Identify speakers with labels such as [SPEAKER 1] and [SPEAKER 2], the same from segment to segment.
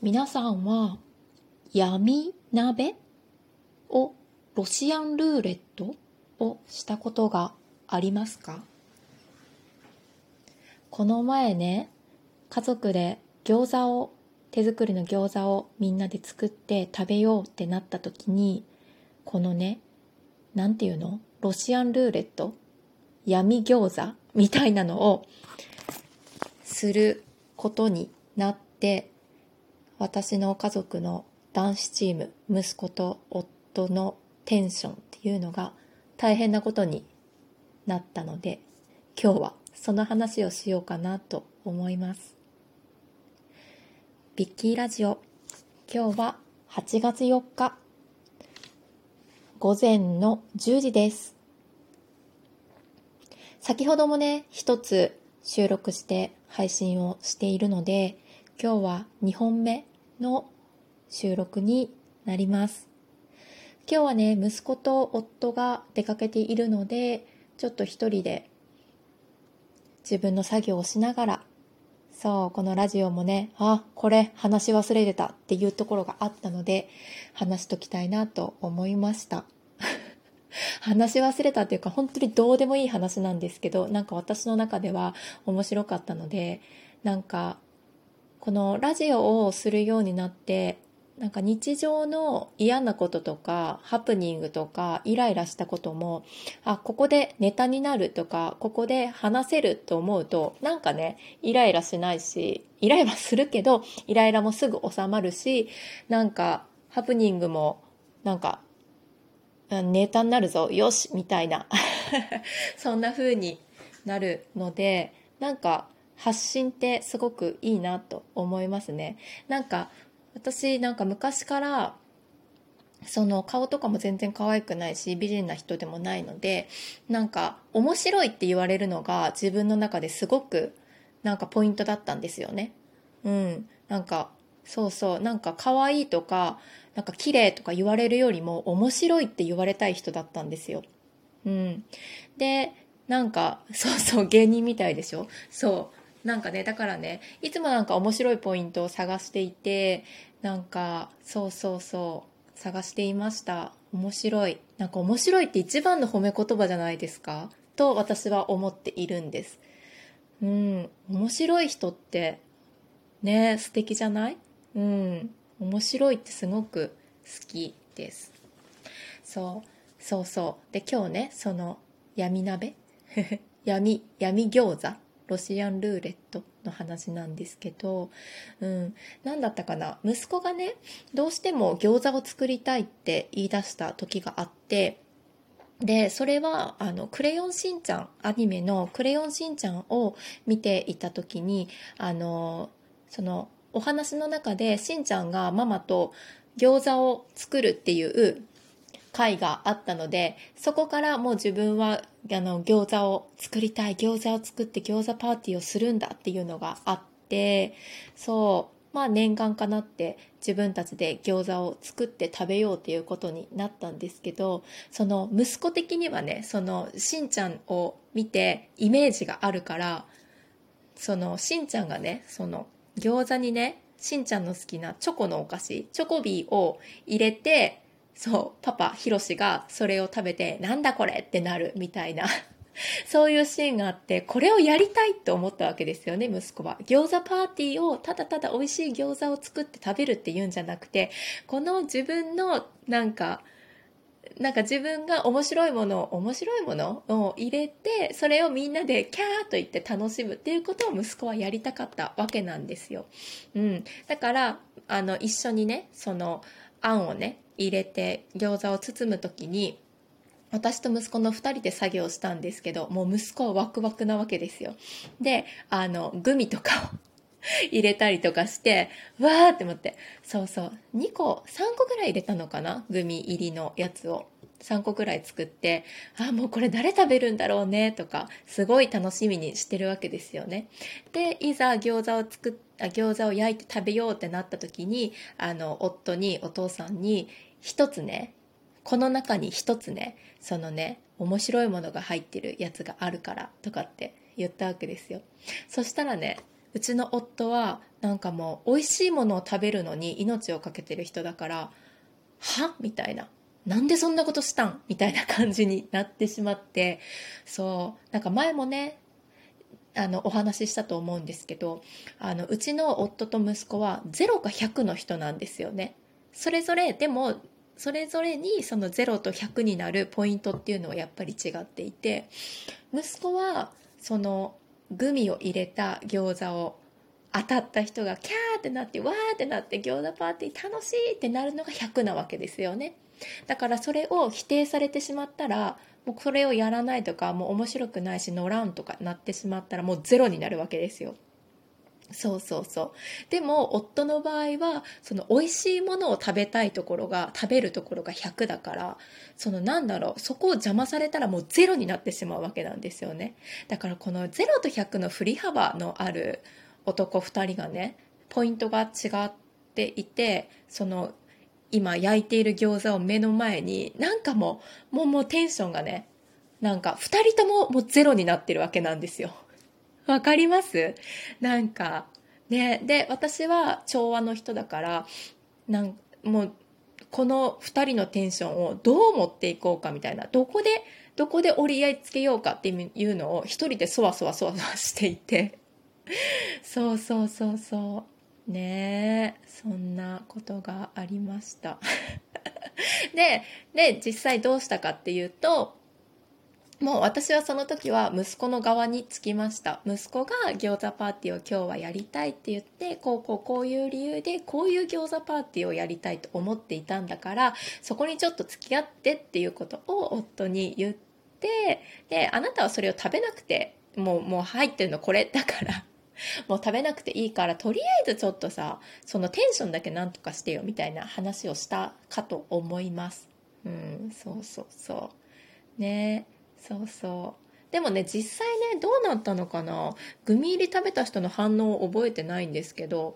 [SPEAKER 1] 皆さんは闇鍋をロシアンルーレットをしたことがありますか？この前ね、家族で手作りの餃子をみんなで作って食べようってなった時に、このね、なんていうの？ロシアンルーレット？闇餃子みたいなのをすることになって、私の家族の男子チーム、息子と夫のテンションっていうのが大変なことになったので、今日はその話をしようかなと思います。ビッキーラジオ、今日は8月4日午前の10時です。先ほどもね、一つ収録して配信をしているので、今日は2本目の収録になります。今日はね、息子と夫が出かけているので、ちょっと一人で自分の作業をしながら、このラジオもね、これ話し忘れてたっていうところがあったので、話しときたいなと思いました。話し忘れたっていうか、本当にどうでもいい話なんですけど、私の中では面白かったので、このラジオをするようになって、日常の嫌なこととかハプニングとかイライラしたこともここでネタになるとかここで話せると思うとイライラしないし、イライラするけどイライラもすぐ収まるし、ハプニングもネタになるぞよしみたいなそんな風になるので、発信ってすごくいいなと思いますね。私昔からその顔とかも全然可愛くないし美人な人でもないので、面白いって言われるのが自分の中ですごくポイントだったんですよね。可愛いとか綺麗とか言われるよりも面白いって言われたい人だったんですよ。で芸人みたいでしょ。だからね、いつも面白いポイントを探していて、探していました。面白い。面白いって一番の褒め言葉じゃないですかと私は思っているんです。面白い人ってね、素敵じゃない？面白いってすごく好きです。で、今日ね、その闇鍋闇餃子ロシアンルーレットの話なんですけど、何だったかな、息子がね、どうしても餃子を作りたいって言い出した時があって、でそれはクレヨンしんちゃん、アニメのクレヨンしんちゃんを見ていた時にそのお話の中でしんちゃんがママと餃子を作るっていう回があったので、そこからもう自分は餃子を作りたい、餃子を作って餃子パーティーをするんだっていうのがあって、念願かなって自分たちで餃子を作って食べようっていうことになったんですけど、その息子的にはね、そのしんちゃんを見てイメージがあるから、そのしんちゃんがね、その餃子にね、しんちゃんの好きなチョコのお菓子、チョコビーを入れて、パパヒロシがそれを食べて、なんだこれってなるみたいなそういうシーンがあって、これをやりたいと思ったわけですよね、息子は。餃子パーティーをただただ美味しい餃子を作って食べるっていうんじゃなくて、この自分の自分が面白いものを入れて、それをみんなでキャーと言って楽しむっていうことを息子はやりたかったわけなんですよ。だから一緒にね、そのあんをね入れて餃子を包む時に、私と息子の2人で作業したんですけど、もう息子はワクワクなわけですよ。でグミとかを入れたりとかして、わーって思って、2個3個ぐらい入れたのかな、グミ入りのやつを3個ぐらい作って、もうこれ誰食べるんだろうねとかすごい楽しみにしてるわけですよね。でいざ餃子を焼いて食べようってなった時に、夫に、お父さんに、一つね、この中に一つね、そのね、面白いものが入ってるやつがあるからとかって言ったわけですよ。そしたらね、 うちの夫はなんかもう美味しいものを食べるのに命を懸けてる人だから、はみたいな、なんでそんなことしたんみたいな感じになってしまって、そうなんか前もねお話ししたと思うんですけど、うちの夫と息子は0か100の人なんですよね。それぞれでもそれぞれにその0と100になるポイントっていうのはやっぱり違っていて、息子はそのグミを入れた餃子を当たった人がキャーってなってわーってなって餃子パーティー楽しいってなるのが100なわけですよね。だからそれを否定されてしまったら、もうこれをやらないとか、もう面白くないし乗らんとかなってしまったらもうゼロになるわけですよ。そうそうそう。でも夫の場合はその美味しいものを食べたいところが食べるところが100だから、そのなんだろう、そこを邪魔されたらもうゼロになってしまうわけなんですよね。だからこの0と100の振り幅のある男2人がね、ポイントが違っていて、その今焼いている餃子を目の前に、なんかもうテンションがね、なんか2人とももうゼロになってるわけなんですよ。わかります？なんかね、で私は調和の人だから、もうこの2人のテンションをどう持っていこうかみたいな、どこで折り合いつけようかっていうのを一人でそわそわそわそわしていて、そうそうそうそうねえ、そんなことがありましたで実際どうしたかっていうと、もう私はその時は息子の側につきました。息子が餃子パーティーを今日はやりたいって言って、こういう理由でこういう餃子パーティーをやりたいと思っていたんだから、そこにちょっと付き合ってっていうことを夫に言って、であなたはそれを食べなくてもう入ってるのこれだからもう食べなくていいから、とりあえずちょっとさ、そのテンションだけなんとかしてよみたいな話をしたかと思います。そうそうそうね。そうそう。でもね、実際ね、どうなったのかな。グミ入り食べた人の反応を覚えてないんですけど、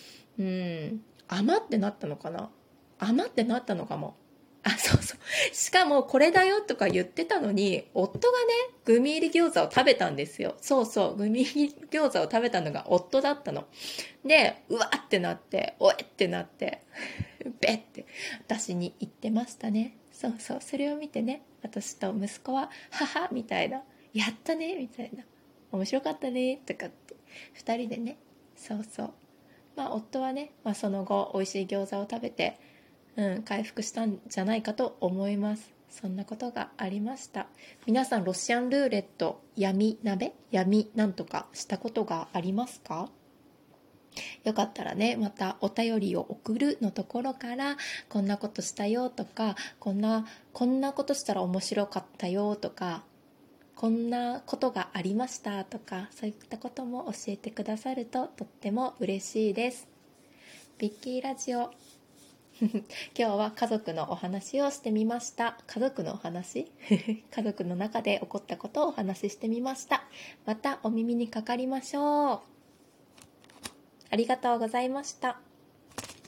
[SPEAKER 1] 余ってなったのかな。余ってなったのかも。あ、そうそう。しかもこれだよとか言ってたのに、夫がね、グミ入り餃子を食べたんですよ。そうそう、グミ入り餃子を食べたのが夫だったの。で、うわってなって、おえってなって、べって私に言ってましたね。そうそう、それを見てね、私と息子は母みたいな、やったねみたいな、面白かったねとかって2人でね、そうそう、まあ夫はね、その後美味しい餃子を食べて、回復したんじゃないかと思います。そんなことがありました。皆さんロシアンルーレット、闇鍋、闇なんとかしたことがありますか？よかったらね、またお便りを送るのところから、こんなことしたよとか、こんなことしたら面白かったよとか、こんなことがありましたとか、そういったことも教えてくださるととっても嬉しいです。ビッキーラジオ今日は家族のお話をしてみました。家族のお話家族の中で起こったことをお話ししてみました。またお耳にかかりましょう。ありがとうございました。